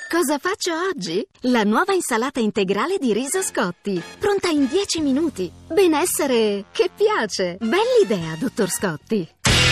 Cosa faccio oggi? La nuova insalata integrale di riso Scotti, pronta in 10 minuti. Benessere che piace. Bell'idea, dottor Scotti.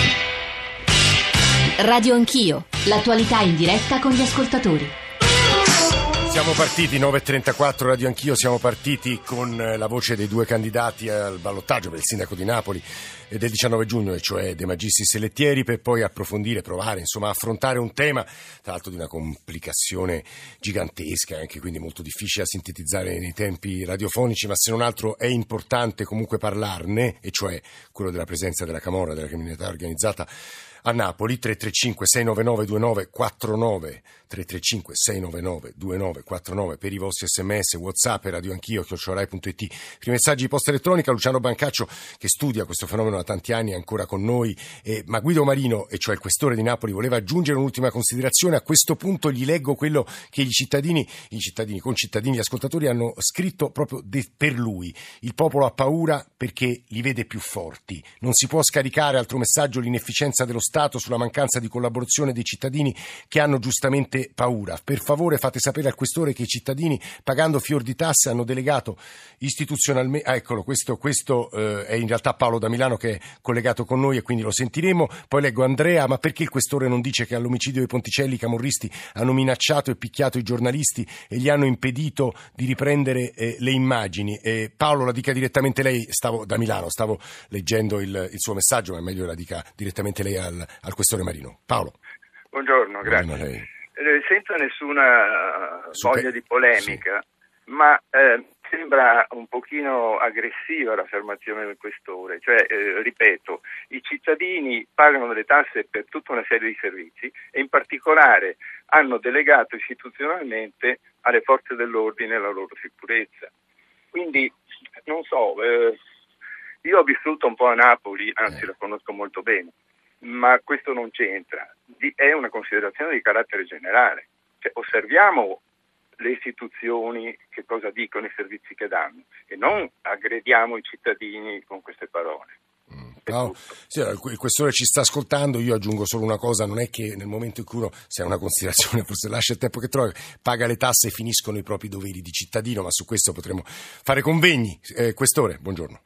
Radio Anch'io, l'attualità in diretta con gli ascoltatori. Siamo partiti, 9.34, Radio Anch'io, siamo partiti con la voce dei due candidati al ballottaggio per il sindaco di Napoli del 19 giugno, e cioè De Magistris e Lettieri, per poi approfondire, provare, insomma, affrontare un tema, tra l'altro di una complicazione gigantesca, anche quindi molto difficile da sintetizzare nei tempi radiofonici, ma se non altro è importante comunque parlarne, e cioè quello della presenza della camorra, della criminalità organizzata a Napoli. 335-699-2949, 335-699-2949 per i vostri sms, whatsapp e radioanchio@rai.it, per i messaggi di posta elettronica. Luciano Bancaccio, che studia questo fenomeno da tanti anni, è ancora con noi, ma Guido Marino, e cioè il questore di Napoli, voleva aggiungere un'ultima considerazione. A questo punto gli leggo quello che i cittadini, concittadini, gli ascoltatori hanno scritto proprio per lui. Il popolo ha paura perché li vede più forti. Non si può scaricare, altro messaggio, l'inefficienza dello Stato sulla mancanza di collaborazione dei cittadini che hanno giustamente paura. Per favore fate sapere al questore che i cittadini, pagando fior di tasse, hanno delegato istituzionalmente. Eccolo, questo è in realtà Paolo da Milano, che è collegato con noi, e quindi lo sentiremo. Poi leggo Andrea: ma perché il questore non dice che all'omicidio dei Ponticelli i camorristi hanno minacciato e picchiato i giornalisti e gli hanno impedito di riprendere le immagini? Paolo, la dica direttamente lei. Da Milano stavo leggendo il suo messaggio, ma è meglio la dica direttamente lei al questore Marino. Paolo. Buongiorno, grazie. Senza nessuna voglia di polemica, ma sembra un pochino aggressiva l'affermazione del questore. Cioè, ripeto, i cittadini pagano delle tasse per tutta una serie di servizi e in particolare hanno delegato istituzionalmente alle forze dell'ordine la loro sicurezza. Quindi, non so, io ho vissuto un po' a Napoli, anzi la conosco molto bene, ma questo non c'entra. È una considerazione di carattere generale. Cioè, osserviamo le istituzioni, che cosa dicono, i servizi che danno, e non aggrediamo i cittadini con queste parole. No, sì, il questore ci sta ascoltando. Io aggiungo solo una cosa: non è che nel momento in cui uno, se è una considerazione, forse lascia il tempo che trovi, paga le tasse e finiscono i propri doveri di cittadino, ma su questo potremo fare convegni. Questore, buongiorno.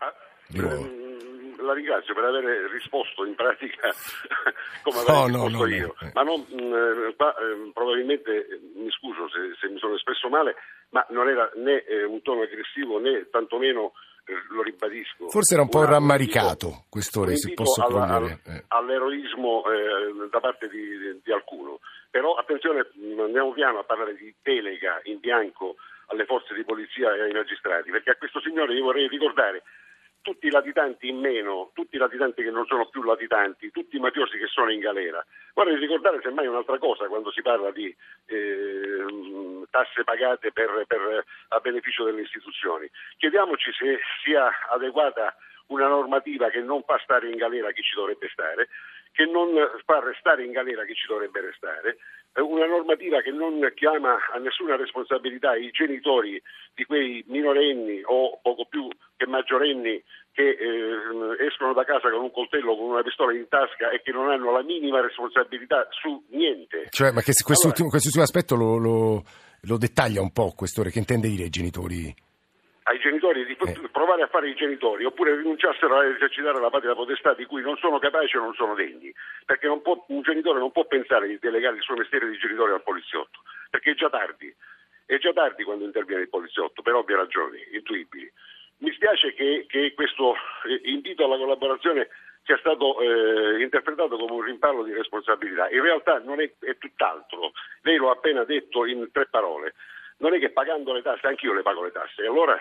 La ringrazio per aver risposto in pratica come avrei risposto io. Ma non, probabilmente, mi scuso se mi sono espresso male, ma non era né un tono aggressivo né tantomeno, lo ribadisco. Forse era un po' rammaricato, questore, se posso cogliere. All'eroismo da parte di alcuno. Però attenzione, andiamo piano a parlare di delega in bianco alle forze di polizia e ai magistrati, perché a questo signore io vorrei ricordare tutti i latitanti in meno, tutti i latitanti che non sono più latitanti, tutti i mafiosi che sono in galera. Vorrei ricordare semmai un'altra cosa quando si parla di tasse pagate a beneficio delle istituzioni. Chiediamoci se sia adeguata una normativa che non fa stare in galera chi ci dovrebbe stare, che non fa restare in galera chi ci dovrebbe restare, una normativa che non chiama a nessuna responsabilità i genitori di quei minorenni o poco più che maggiorenni che escono da casa con un coltello, con una pistola in tasca e che non hanno la minima responsabilità su niente. Cioè, ma che quest'ultimo aspetto lo dettaglia un po', questore, che intende dire i genitori? Ai genitori di provare a fare i genitori, oppure rinunciassero a esercitare la patria potestà di cui non sono capaci o non sono degni, perché un genitore non può pensare di delegare il suo mestiere di genitore al poliziotto, perché è già tardi quando interviene il poliziotto, per ovvie ragioni intuibili. Mi spiace che questo invito alla collaborazione sia stato interpretato come un rimpallo di responsabilità. In realtà non è tutt'altro. Lei lo ha appena detto in 3 parole. Non è che pagando le tasse, anch'io le pago le tasse, e allora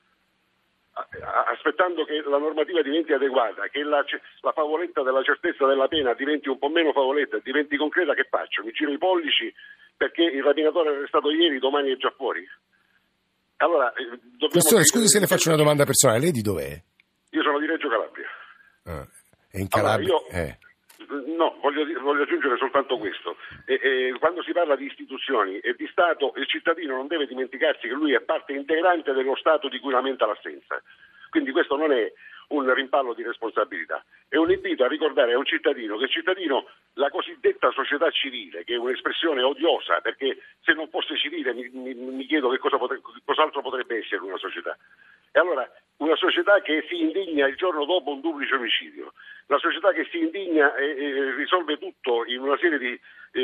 aspettando che la normativa diventi adeguata, che la favoletta della certezza della pena diventi un po' meno favoletta, diventi concreta, che faccio? Mi giro i pollici perché il rapinatore è arrestato ieri, domani è già fuori? Allora, Questore, scusi se le faccio una domanda personale, lei di dov'è? Io sono di Reggio Calabria. È in Calabria? No, voglio aggiungere soltanto questo. Quando si parla di istituzioni e di Stato, il cittadino non deve dimenticarsi che lui è parte integrante dello Stato di cui lamenta l'assenza. Quindi questo non è un rimpallo di responsabilità, è un invito a ricordare a un cittadino che il cittadino, la cosiddetta società civile, che è un'espressione odiosa, perché se non fosse mi chiedo cos'altro potrebbe essere una società. E allora, una società che si indigna il giorno dopo un duplice omicidio, una società che si indigna e risolve tutto in una serie di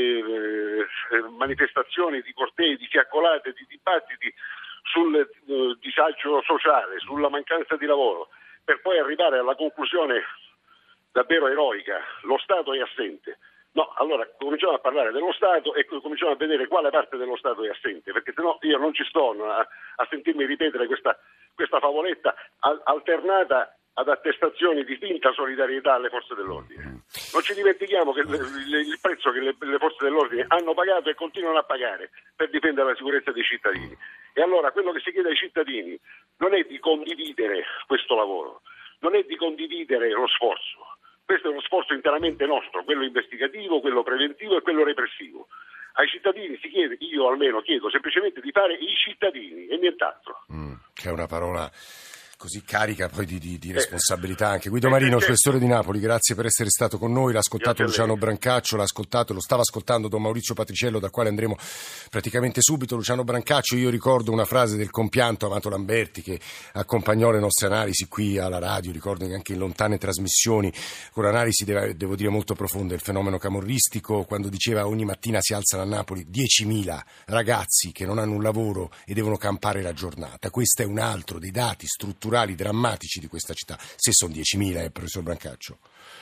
manifestazioni, di cortei, di fiaccolate, di dibattiti sul disagio sociale, sulla mancanza di lavoro, per poi arrivare alla conclusione davvero eroica: lo Stato è assente. No, allora cominciamo a parlare dello Stato e cominciamo a vedere quale parte dello Stato è assente, perché sennò io non ci sto a sentirmi ripetere questa favoletta alternata ad attestazioni di finta solidarietà alle forze dell'ordine. Non ci dimentichiamo che il prezzo che le forze dell'ordine hanno pagato e continuano a pagare per difendere la sicurezza dei cittadini. E allora quello che si chiede ai cittadini non è di condividere questo lavoro, non è di condividere lo sforzo. Questo è uno sforzo interamente nostro, quello investigativo, quello preventivo e quello repressivo. Ai cittadini si chiede, io almeno chiedo semplicemente di fare i cittadini e nient'altro. Che è una parola così carica poi di responsabilità anche. Guido Marino, questore di Napoli, grazie per essere stato con noi. L'ha ascoltato Luciano Brancaccio, lo stava ascoltando Don Maurizio Patriciello, dal quale andremo praticamente subito. Luciano Brancaccio, io ricordo una frase del compianto Amato Lamberti che accompagnò le nostre analisi qui alla radio, ricordo che anche in lontane trasmissioni, con analisi devo dire molto profonde del fenomeno camorristico, quando diceva: ogni mattina si alzano a Napoli 10.000 ragazzi che non hanno un lavoro e devono campare la giornata. Questo è un altro dei dati strutturali drammatici di questa città, se sono 10.000, professor Brancaccio.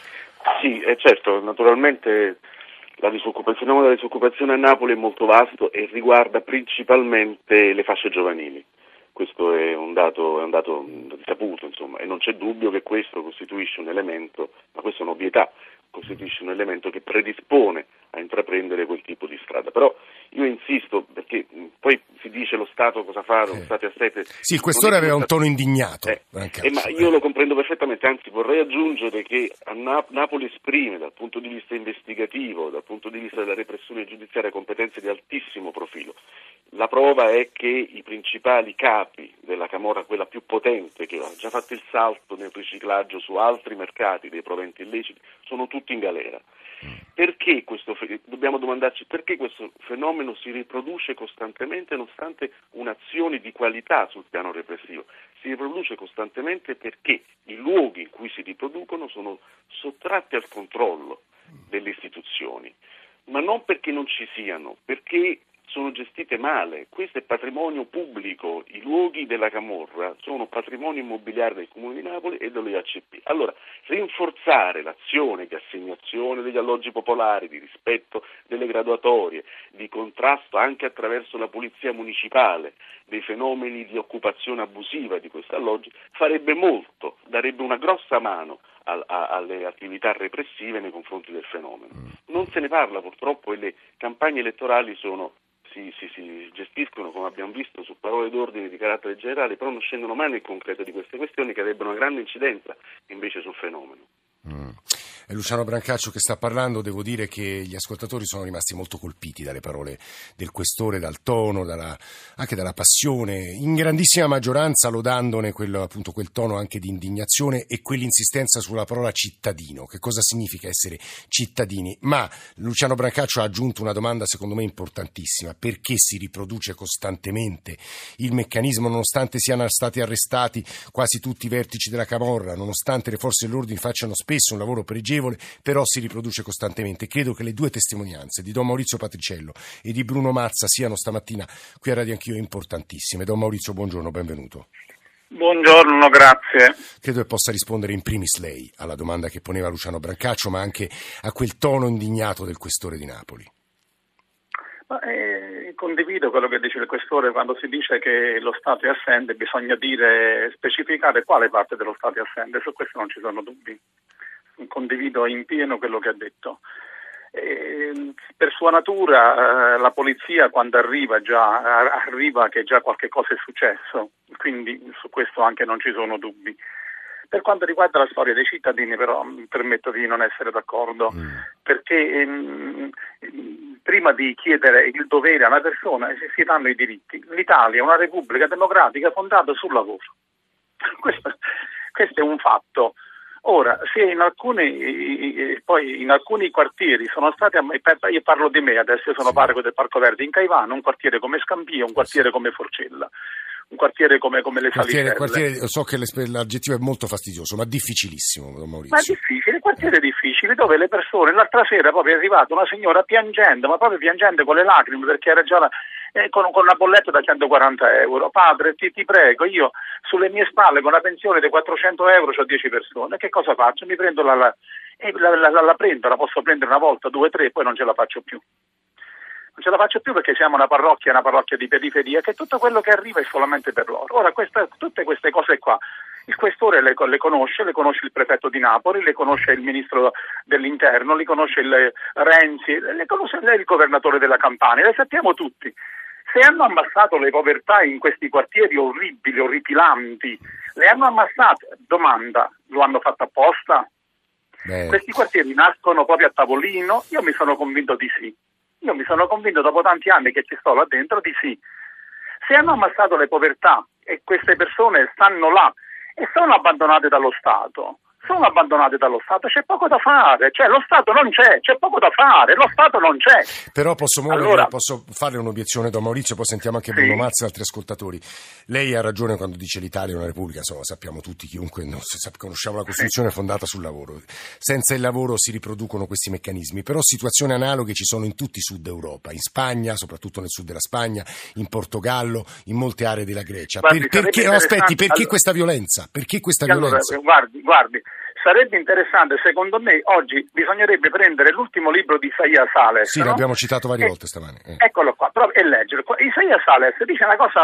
Sì, certo, naturalmente il fenomeno della disoccupazione a Napoli è molto vasto e riguarda principalmente le fasce giovanili. Questo è un dato risaputo, insomma, e non c'è dubbio che questo costituisce un elemento, ma questa è un'ovvietà, costituisce un elemento che predispone a intraprendere quel tipo di strada. Però io insisto, perché poi si dice lo Stato cosa fa, lo Stato è assente. Sì, il questore aveva un tono indignato. Ma io lo comprendo perfettamente, anzi vorrei aggiungere che Napoli esprime dal punto di vista investigativo, dal punto di vista della repressione giudiziaria, competenze di altissimo profilo. La prova è che i principali capi della camorra, quella più potente, che ha già fatto il salto nel riciclaggio su altri mercati dei proventi illeciti, sono tutti in galera. Perché dobbiamo domandarci perché questo fenomeno si riproduce costantemente nonostante un'azione di qualità sul piano repressivo? Si riproduce costantemente perché i luoghi in cui si riproducono sono sottratti al controllo delle istituzioni, ma non perché non ci siano, perché sono gestite male. Questo è patrimonio pubblico, i luoghi della camorra sono patrimonio immobiliare del Comune di Napoli e dello IACP. Allora, rinforzare l'azione di assegnazione degli alloggi popolari, di rispetto delle graduatorie, di contrasto anche attraverso la polizia municipale dei fenomeni di occupazione abusiva di questi alloggi, farebbe molto, darebbe una grossa mano alle attività repressive nei confronti del fenomeno. Non se ne parla purtroppo e le campagne elettorali si gestiscono, come abbiamo visto, su parole d'ordine di carattere generale, però non scendono mai nel concreto di queste questioni che avrebbero una grande incidenza invece sul fenomeno. È Luciano Brancaccio che sta parlando. Devo dire che gli ascoltatori sono rimasti molto colpiti dalle parole del questore, dal tono, anche dalla passione, in grandissima maggioranza lodandone quel tono anche di indignazione e quell'insistenza sulla parola cittadino. Che cosa significa essere cittadini? Ma Luciano Brancaccio ha aggiunto una domanda secondo me importantissima: perché si riproduce costantemente il meccanismo, nonostante siano stati arrestati quasi tutti i vertici della camorra, nonostante le forze dell'ordine facciano spesso un lavoro pregevole, però si riproduce costantemente. Credo che le due testimonianze di Don Maurizio Patriciello e di Bruno Mazza siano stamattina qui a Radio Anch'io importantissime. Don Maurizio, buongiorno, benvenuto. Buongiorno, grazie. Credo che possa rispondere in primis lei alla domanda che poneva Luciano Brancaccio, ma anche a quel tono indignato del questore di Napoli. Condivido quello che dice il questore quando si dice che lo Stato è assente. Bisogna specificare quale parte dello Stato è assente, su questo non ci sono dubbi. Condivido in pieno quello che ha detto. Per sua natura la polizia quando arriva che già qualche cosa è successo, quindi su questo anche non ci sono dubbi. Per quanto riguarda la storia dei cittadini, però mi permetto di non essere d'accordo, perché prima di chiedere il dovere a una persona si danno i diritti. L'Italia è una repubblica democratica fondata sul lavoro. Questo è un fatto. Ora, se in alcuni quartieri sono stati, io parlo di me adesso, io sono parroco del Parco Verde in Caivano, un quartiere come Scampia, un quartiere come Forcella, un quartiere come le Saliselle. So che l'aggettivo è molto fastidioso, ma difficilissimo, don Maurizio. Ma difficile, quartiere difficile, dove le persone, l'altra sera proprio è arrivata una signora piangendo, ma proprio piangendo con le lacrime, perché era già con una bolletta da 140 euro. Padre, ti prego, io sulle mie spalle con una pensione di 400 euro ho 10 persone, che cosa faccio? Mi prendo la posso prendere una volta, 2, 3, poi non ce la faccio più. Non ce la faccio più perché siamo una parrocchia di periferia, che tutto quello che arriva è solamente per loro. Ora, tutte queste cose qua, il questore le conosce il prefetto di Napoli, le conosce il ministro dell'interno, le conosce il Renzi, le conosce il governatore della Campania, le sappiamo tutti. Se hanno ammazzato le povertà in questi quartieri orribili, orripilanti, le hanno ammazzate, domanda, lo hanno fatto apposta? Questi quartieri nascono proprio a tavolino? Io mi sono convinto di sì. Io mi sono convinto dopo tanti anni che ci sto là dentro di sì. Se hanno ammazzato le povertà e queste persone stanno là e sono abbandonate dallo Stato, c'è poco da fare, cioè lo Stato non c'è poco da fare, lo Stato non c'è. Però posso farle un'obiezione, don Maurizio, poi sentiamo anche Bruno Mazza e altri ascoltatori. Lei ha ragione quando dice l'Italia è una repubblica, sappiamo tutti, chiunque conosciamo la Costituzione, è fondata sul lavoro. Senza il lavoro si riproducono questi meccanismi, però situazioni analoghe ci sono in tutti i sud Europa, in Spagna, soprattutto nel sud della Spagna, in Portogallo, in molte aree della Grecia. Perché questa violenza? Perché questa violenza? Guardi, sarebbe interessante, secondo me, oggi bisognerebbe prendere l'ultimo libro di Isaia Sales. Sì, l'abbiamo citato varie volte stamane. Eccolo qua, e leggere. Isaia Sales dice una cosa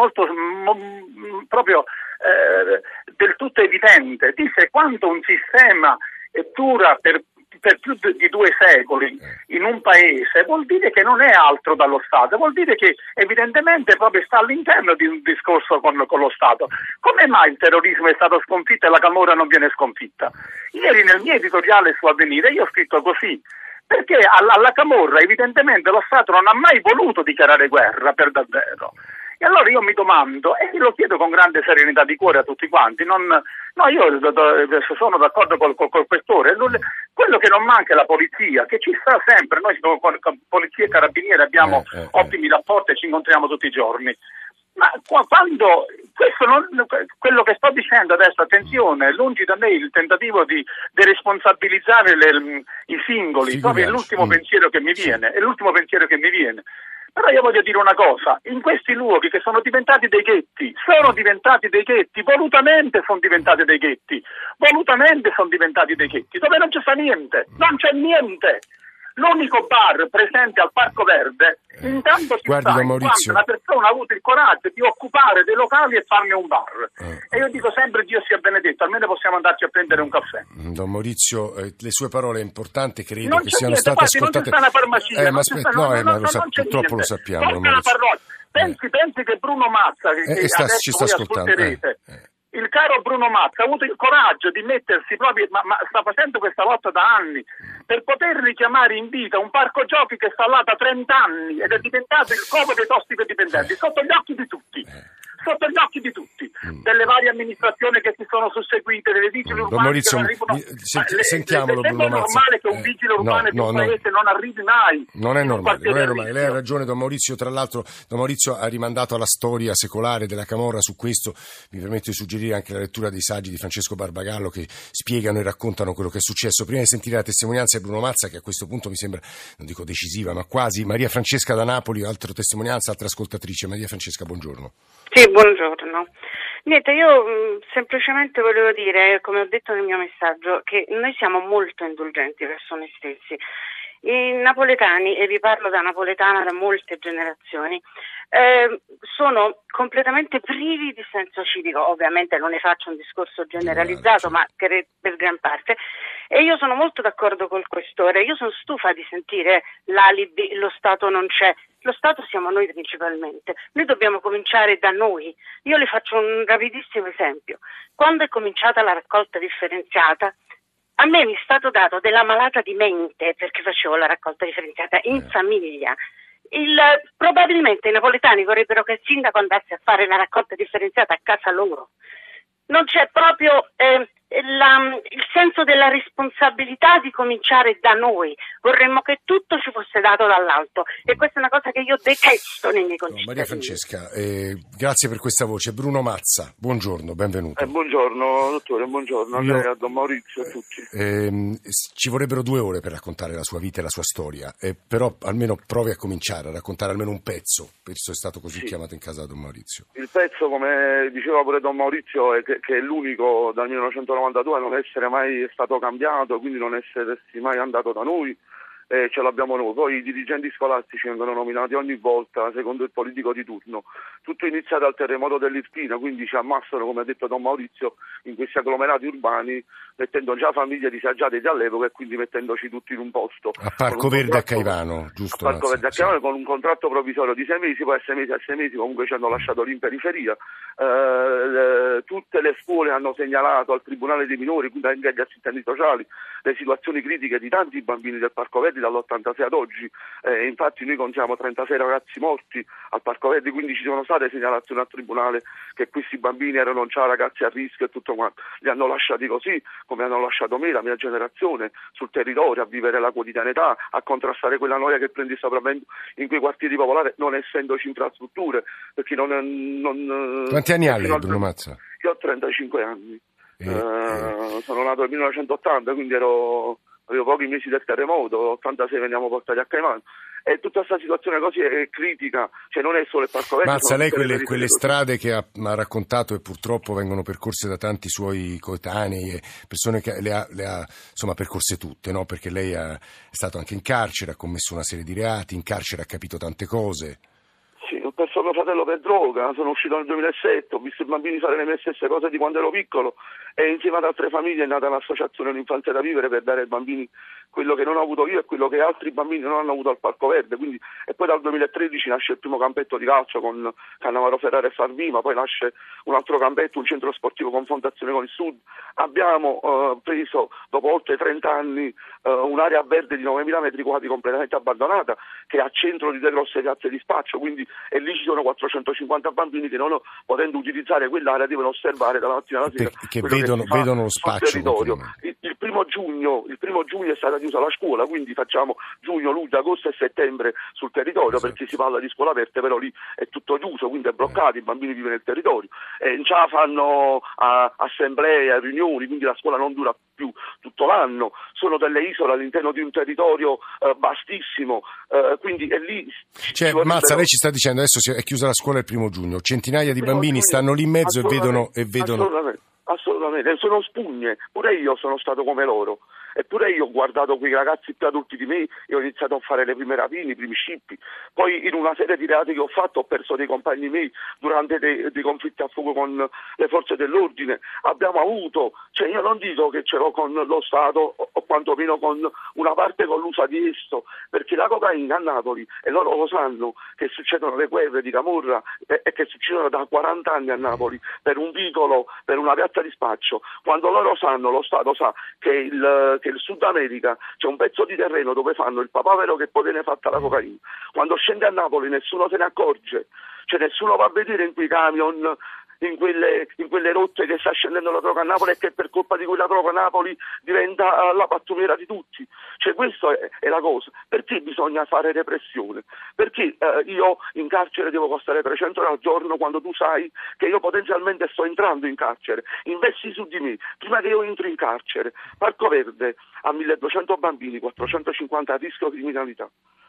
proprio del tutto evidente. Dice quanto un sistema dura per più di 2 secoli in un paese vuol dire che non è altro dallo Stato, vuol dire che evidentemente proprio sta all'interno di un discorso con lo Stato. Come mai il terrorismo è stato sconfitto e la camorra non viene sconfitta? Ieri nel mio editoriale su Avvenire io ho scritto così, perché alla camorra evidentemente lo Stato non ha mai voluto dichiarare guerra per davvero. E allora io mi domando, e lo chiedo con grande serenità di cuore a tutti quanti, io sono d'accordo col questore, quello che non manca è la polizia, che ci sta sempre, noi con polizia e carabinieri abbiamo ottimi rapporti e ci incontriamo tutti i giorni. Ma quando quello che sto dicendo adesso, attenzione, lungi da me il tentativo di deresponsabilizzare i singoli, proprio è l'ultimo pensiero che mi viene, Però io voglio dire una cosa, in questi luoghi che sono diventati dei ghetti, volutamente sono diventati dei ghetti, dove non c'è niente, non c'è niente. L'unico bar presente al Parco Verde, intanto si sta quando una persona ha avuto il coraggio di occupare dei locali e farne un bar. E io dico sempre Dio sia benedetto, almeno possiamo andarci a prendere un caffè. Don Maurizio, le sue parole è importante, credo non che siano state ascoltate. Non c'è una farmacia, purtroppo lo sappiamo. Pensi che Bruno Mazza, che adesso ci sta ascoltando. Il caro Bruno Mazza ha avuto il coraggio di mettersi proprio, ma sta facendo questa lotta da anni, per poter richiamare in vita un parco giochi che sta là da 30 anni ed è diventato il covo dei tossicodipendenti, sotto gli occhi di tutti. Delle varie amministrazioni che si sono susseguite, delle vigili urbane che non arrivano. Sentiamolo, Bruno Mazza. È normale che un vigile urbano di un paese non arrivi mai. Non è normale. Lei ha ragione, don Maurizio. Tra l'altro, don Maurizio ha rimandato alla storia secolare della camorra. Su questo mi permetto di suggerire anche la lettura dei saggi di Francesco Barbagallo che spiegano e raccontano quello che è successo. Prima di sentire la testimonianza di Bruno Mazza, che a questo punto mi sembra, non dico decisiva, ma quasi, Maria Francesca da Napoli, altra testimonianza, altra ascoltatrice. Maria Francesca, buongiorno. Sì, buongiorno. Niente, io semplicemente volevo dire, come ho detto nel mio messaggio, che noi siamo molto indulgenti verso noi stessi. I napoletani, e vi parlo da napoletana da molte generazioni, sono completamente privi di senso civico. Ovviamente non ne faccio un discorso generalizzato, ma per gran parte. E io sono molto d'accordo col questore. Io sono stufa di sentire l'alibi, lo Stato non c'è. Lo Stato siamo noi principalmente. Noi dobbiamo cominciare da noi. Io le faccio un rapidissimo esempio. Quando è cominciata la raccolta differenziata, a me mi è stato dato della malata di mente perché facevo la raccolta differenziata in famiglia. Probabilmente i napoletani vorrebbero che il sindaco andasse a fare la raccolta differenziata a casa loro. Non c'è proprio il senso della responsabilità di cominciare da noi. Vorremmo che tutto ci fosse dato dall'alto, e questa è una cosa che io detesto nei miei concittadini. Maria Francesca, grazie per questa voce. Bruno Mazza, buongiorno, benvenuto. Buongiorno dottore, buongiorno a lei, a Don Maurizio, a tutti. Ci vorrebbero 2 ore per raccontare la sua vita e la sua storia, però almeno provi a cominciare a raccontare almeno un pezzo, per questo è stato così chiamato in casa da Don Maurizio. Il pezzo, come diceva pure Don Maurizio, è che è l'unico dal 1992 a non essere mai stato cambiato, quindi non essersi mai andato da noi. Ce l'abbiamo noi. Poi i dirigenti scolastici vengono nominati ogni volta secondo il politico di turno. Tutto inizia dal terremoto dell'Irpina, quindi ci ammassano, come ha detto Don Maurizio, in questi agglomerati urbani, mettendo già famiglie disagiate già all'epoca e quindi mettendoci tutti in un posto. A Parco Verde a Caivano, giusto? A Parco Verde a Caivano, con un contratto provvisorio di 6 mesi, poi a 6 mesi comunque ci hanno lasciato lì in periferia. Tutte le scuole hanno segnalato al Tribunale dei minori, quindi anche agli assistenti sociali, le situazioni critiche di tanti bambini del Parco Verde dall'86 ad oggi. Infatti noi contiamo 36 ragazzi morti al Parco Verde, quindi ci sono state segnalazioni al Tribunale che questi bambini erano già ragazzi a rischio e tutto quanto. Li hanno lasciati così, come hanno lasciato me, la mia generazione, sul territorio, a vivere la quotidianità, a contrastare quella noia che prende il sopravvento in quei quartieri popolari, non essendoci infrastrutture, perché Quanti anni ha lei, Bruno Mazza? Io ho 35 anni. Sono nato nel 1980, quindi avevo pochi mesi del terremoto, l'86 veniamo portati a Caivano. E tutta questa situazione così è critica, cioè non è solo il Parco Verde. Mazza, lei quelle strade che ha raccontato e purtroppo vengono percorse da tanti suoi coetanei e persone che le ha insomma percorse tutte, no? Perché lei è stato anche in carcere, ha commesso una serie di reati, in carcere ha capito tante cose. Sì, ho perso mio fratello per droga, sono uscito nel 2007, ho visto i bambini fare le mie stesse cose di quando ero piccolo, e insieme ad altre famiglie è nata l'associazione L'Infanzia da Vivere per dare ai bambini quello che non ho avuto io e quello che altri bambini non hanno avuto al Parco Verde. Quindi, e poi dal 2013 nasce il primo campetto di calcio con Cannavaro Ferrara e Farvima, poi nasce un altro campetto, un centro sportivo con Fondazione con il Sud. Abbiamo preso, dopo oltre 30 anni, un'area verde di 9.000 metri quadri completamente abbandonata, che è a centro di 2 grosse piazze di spaccio, quindi, e lì ci sono 450 bambini che, non potendo utilizzare quell'area, devono osservare dalla mattina alla sera che vedono lo spaccio. Il primo giugno è stata chiusa la scuola, quindi facciamo giugno, luglio, agosto e settembre sul territorio, esatto, perché si parla di scuole aperte, però lì è tutto chiuso, quindi è bloccato, i bambini vivono nel territorio, e già fanno assemblee, riunioni, quindi la scuola non dura più tutto l'anno, sono delle isole all'interno di un territorio vastissimo, quindi è lì. Cioè, Mazza, lei ci sta dicendo adesso è chiusa la scuola il 1 giugno, centinaia di bambini stanno lì in mezzo e vedono. Assolutamente, sono spugne, pure io sono stato come loro. Eppure io ho guardato quei ragazzi più adulti di me e ho iniziato a fare le prime rapine, i primi scippi. Poi in una serie di reati che ho fatto ho perso dei compagni miei durante dei conflitti a fuoco con le forze dell'ordine. Abbiamo avuto, cioè io non dico che ce l'ho con lo Stato o quantomeno con una parte collusa di esso, perché la cocaina a Napoli, e loro lo sanno, che succedono le guerre di Camorra e che succedono da 40 anni a Napoli per un vicolo, per una piazza di spaccio. Quando loro sanno, lo Stato sa che il Sud America c'è un pezzo di terreno dove fanno il papavero che poi viene fatta la cocaina. Quando scende a Napoli nessuno se ne accorge, cioè nessuno va a vedere in quei camion, in quelle rotte che sta scendendo la droga a Napoli, e che per colpa di quella droga Napoli diventa la pattumiera di tutti. Cioè questa è la cosa. Perché bisogna fare repressione? Perché io in carcere devo costare 300 euro al giorno quando tu sai che io potenzialmente sto entrando in carcere? Investi su di me prima che io entri in carcere. Parco Verde ha 1200 bambini, 450 a rischio criminalità.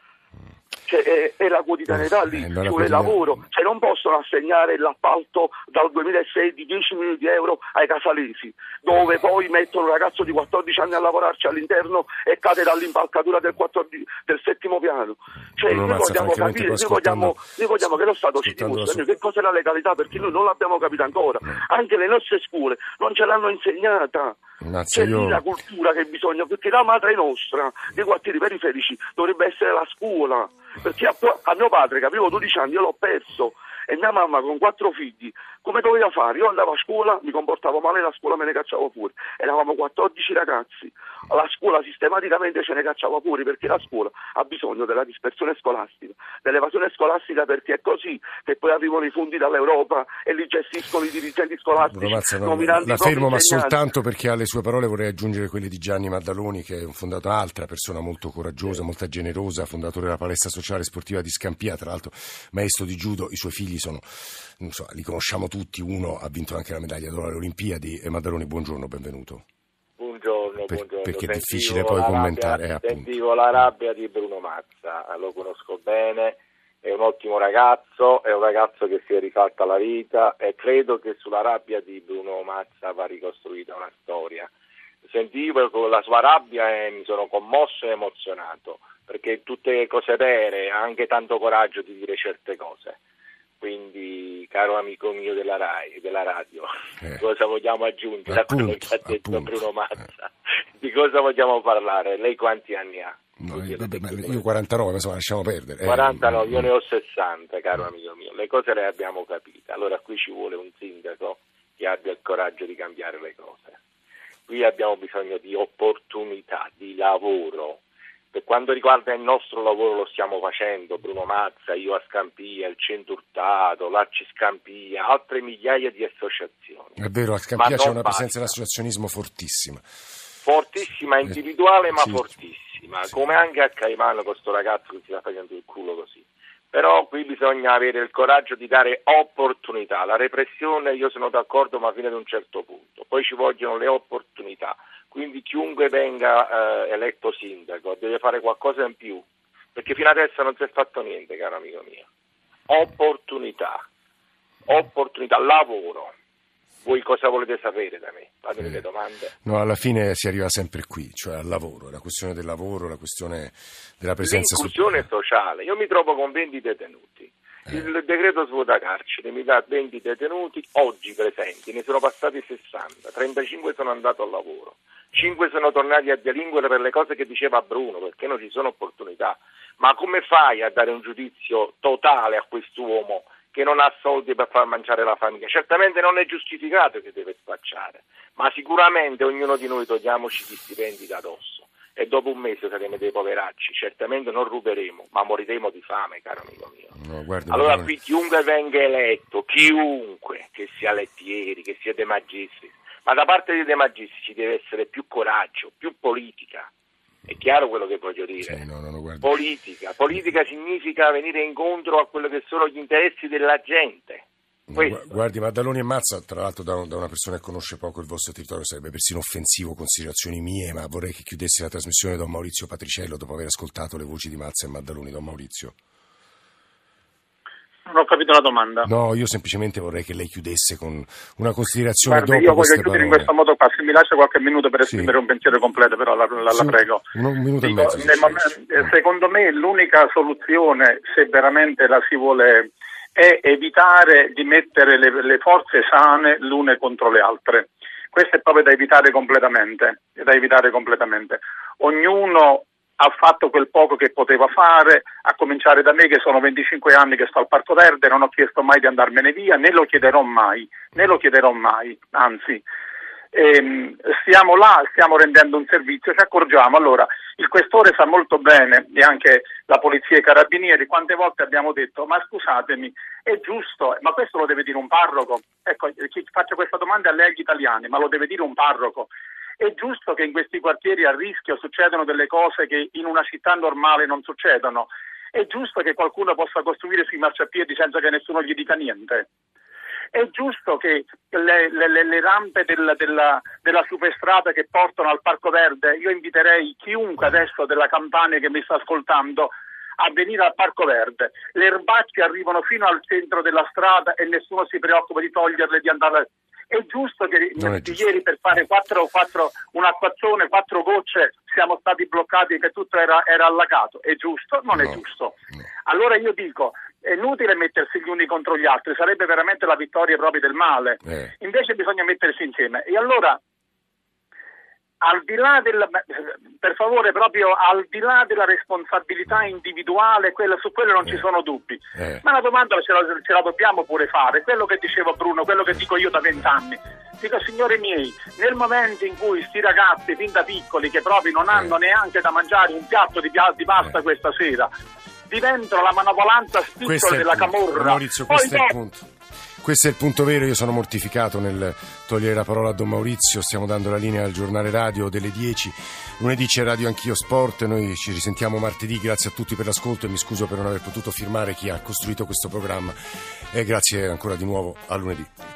Cioè, è la quotidianità lì, ci vuole lavoro, cioè non possono assegnare l'appalto dal 2006 di 10 milioni di euro ai casalesi, dove poi mettono un ragazzo di 14 anni a lavorarci all'interno e cade dall'impalcatura del 7° piano. Cioè noi vogliamo capire, noi vogliamo che lo Stato ci dimostri che cos'è la legalità, perché noi non l'abbiamo capita ancora, anche le nostre scuole non ce l'hanno insegnata. C'è lì la cultura che bisogna, perché la madre nostra dei quartieri periferici dovrebbe essere la scuola. perché a mio padre che avevo 12 anni io l'ho perso, e mia mamma con 4 figli come doveva fare? Io andavo a scuola, mi comportavo male, la scuola me ne cacciavo fuori, eravamo 14 ragazzi, la scuola sistematicamente ce ne cacciava fuori, perché la scuola ha bisogno della dispersione scolastica, dell'evasione scolastica, perché è così che poi arrivano i fondi dall'Europa e li gestiscono i dirigenti scolastici. La fermo, ma soltanto perché alle sue parole vorrei aggiungere quelle di Gianni Maddaloni, che è un fondatore, altra persona molto coraggiosa, molto generosa, fondatore della palestra sociale sportiva di Scampia, tra l'altro maestro di judo. I suoi figli sono, non so, li conosciamo tutti, uno ha vinto anche la medaglia d'oro alle Olimpiadi. Maddaloni, buongiorno, benvenuto. Buongiorno. Perché è difficile poi commentare. Sentivo la rabbia di Bruno Mazza, lo conosco bene, è un ottimo ragazzo, è un ragazzo che si è rifatto alla vita, e credo che sulla rabbia di Bruno Mazza va ricostruita una storia. Sentivo con la sua rabbia e mi sono commosso e emozionato, perché tutte cose vere, ha anche tanto coraggio di dire certe cose. Quindi, caro amico mio della RAI, della radio, cosa vogliamo aggiungere a quello che ha detto Bruno Mazza? Di cosa vogliamo parlare? Lei quanti anni ha? No, io 49, insomma, lasciamo perdere. 49, io ne ho 60, caro amico mio. Le cose le abbiamo capite. Allora qui ci vuole un sindaco che abbia il coraggio di cambiare le cose. Qui abbiamo bisogno di opportunità, di lavoro. Per quanto riguarda il nostro lavoro lo stiamo facendo, Bruno Mazza, io a Scampia, il Centro Urtato, l'Arci Scampia, altre migliaia di associazioni. È vero, a Scampia c'è una presenza dell'associazionismo fortissima. Fortissima, individuale, ma sì, fortissima, sì. Come anche a Caivano con sto ragazzo che si sta facendo il culo così. Però qui bisogna avere il coraggio di dare opportunità. La repressione io sono d'accordo, ma fino ad un certo punto. Poi ci vogliono le opportunità. Quindi chiunque venga eletto sindaco deve fare qualcosa in più, perché fino adesso non si è fatto niente, caro amico mio. Opportunità, lavoro. Voi cosa volete sapere da me? Fatemi le domande. No, alla fine si arriva sempre qui, cioè al lavoro, la questione del lavoro, la questione della presenza. L'inclusione sociale. Io mi trovo con 20 detenuti. Il decreto svuota carcere mi dà 20 detenuti oggi presenti, ne sono passati 60, 35 sono andato al lavoro, 5 sono tornati a delinquere per le cose che diceva Bruno, perché non ci sono opportunità. Ma come fai a dare un giudizio totale a quest'uomo che non ha soldi per far mangiare la famiglia? Certamente non è giustificato che deve spacciare, ma sicuramente ognuno di noi togliamoci gli stipendi da addosso. E dopo un mese saremo dei poveracci, certamente non ruberemo, ma moriremo di fame, caro amico mio. No, guarda, allora qui chiunque venga eletto, chiunque, che sia Lettieri, che sia De Magistris, ma da parte di De Magistris ci deve essere più coraggio, più politica. È chiaro quello che voglio dire? Sì, no, Politica significa venire incontro a quello che sono gli interessi della gente. Guardi, Maddaloni e Mazza, tra l'altro da una persona che conosce poco il vostro territorio sarebbe persino offensivo, considerazioni mie, ma vorrei che chiudesse la trasmissione Don Maurizio Patriciello dopo aver ascoltato le voci di Mazza e Maddaloni. Don Maurizio. Non ho capito la domanda. No, io semplicemente vorrei che lei chiudesse con una considerazione. Guardi, dopo io voglio queste chiudere parole. in questo modo qua, se mi lascia qualche minuto per esprimere un pensiero completo, però la prego. Un minuto e mezzo. Secondo me l'unica soluzione, se veramente la si vuole, è evitare di mettere le forze sane l'une contro le altre. Questo è proprio da evitare completamente. Ognuno ha fatto quel poco che poteva fare, a cominciare da me che sono 25 anni che sto al Parco Verde, non ho chiesto mai di andarmene via, né lo chiederò mai, anzi. Stiamo là, stiamo rendendo un servizio, ci accorgiamo. Allora, il questore sa molto bene, e anche la polizia e i carabinieri, quante volte abbiamo detto, ma scusatemi, è giusto, ma questo lo deve dire un parroco? Ecco, faccio questa domanda a lei agli italiani, ma lo deve dire un parroco? È giusto che in questi quartieri a rischio succedano delle cose che in una città normale non succedono? È giusto che qualcuno possa costruire sui marciapiedi senza che nessuno gli dica niente? È giusto che le rampe della superstrada che portano al Parco Verde, io inviterei chiunque adesso della Campania che mi sta ascoltando a venire al Parco Verde. Le erbacce arrivano fino al centro della strada e nessuno si preoccupa di toglierle, di andare. È giusto che ieri per fare un acquazzone, 4 gocce, siamo stati bloccati, che tutto era allagato. È giusto? Non è giusto. Allora io dico, è inutile mettersi gli uni contro gli altri, sarebbe veramente la vittoria proprio del male. Invece bisogna mettersi insieme. E allora al di là per favore, proprio al di là della responsabilità individuale, su quello non ci sono dubbi, ma la domanda ce la dobbiamo pure fare, quello che diceva Bruno, quello che dico io da 20 anni. Dico, signori miei, nel momento in cui sti ragazzi fin da piccoli che proprio non hanno neanche da mangiare un piatto di pasta questa sera, diventano la manovalanza spiccola della camorra. Maurizio, questo è il punto. Questo è il punto vero, io sono mortificato nel togliere la parola a Don Maurizio, stiamo dando la linea al giornale radio delle 10, lunedì c'è Radio Anch'io Sport, noi ci risentiamo martedì, grazie a tutti per l'ascolto e mi scuso per non aver potuto firmare chi ha costruito questo programma e grazie ancora di nuovo, a lunedì.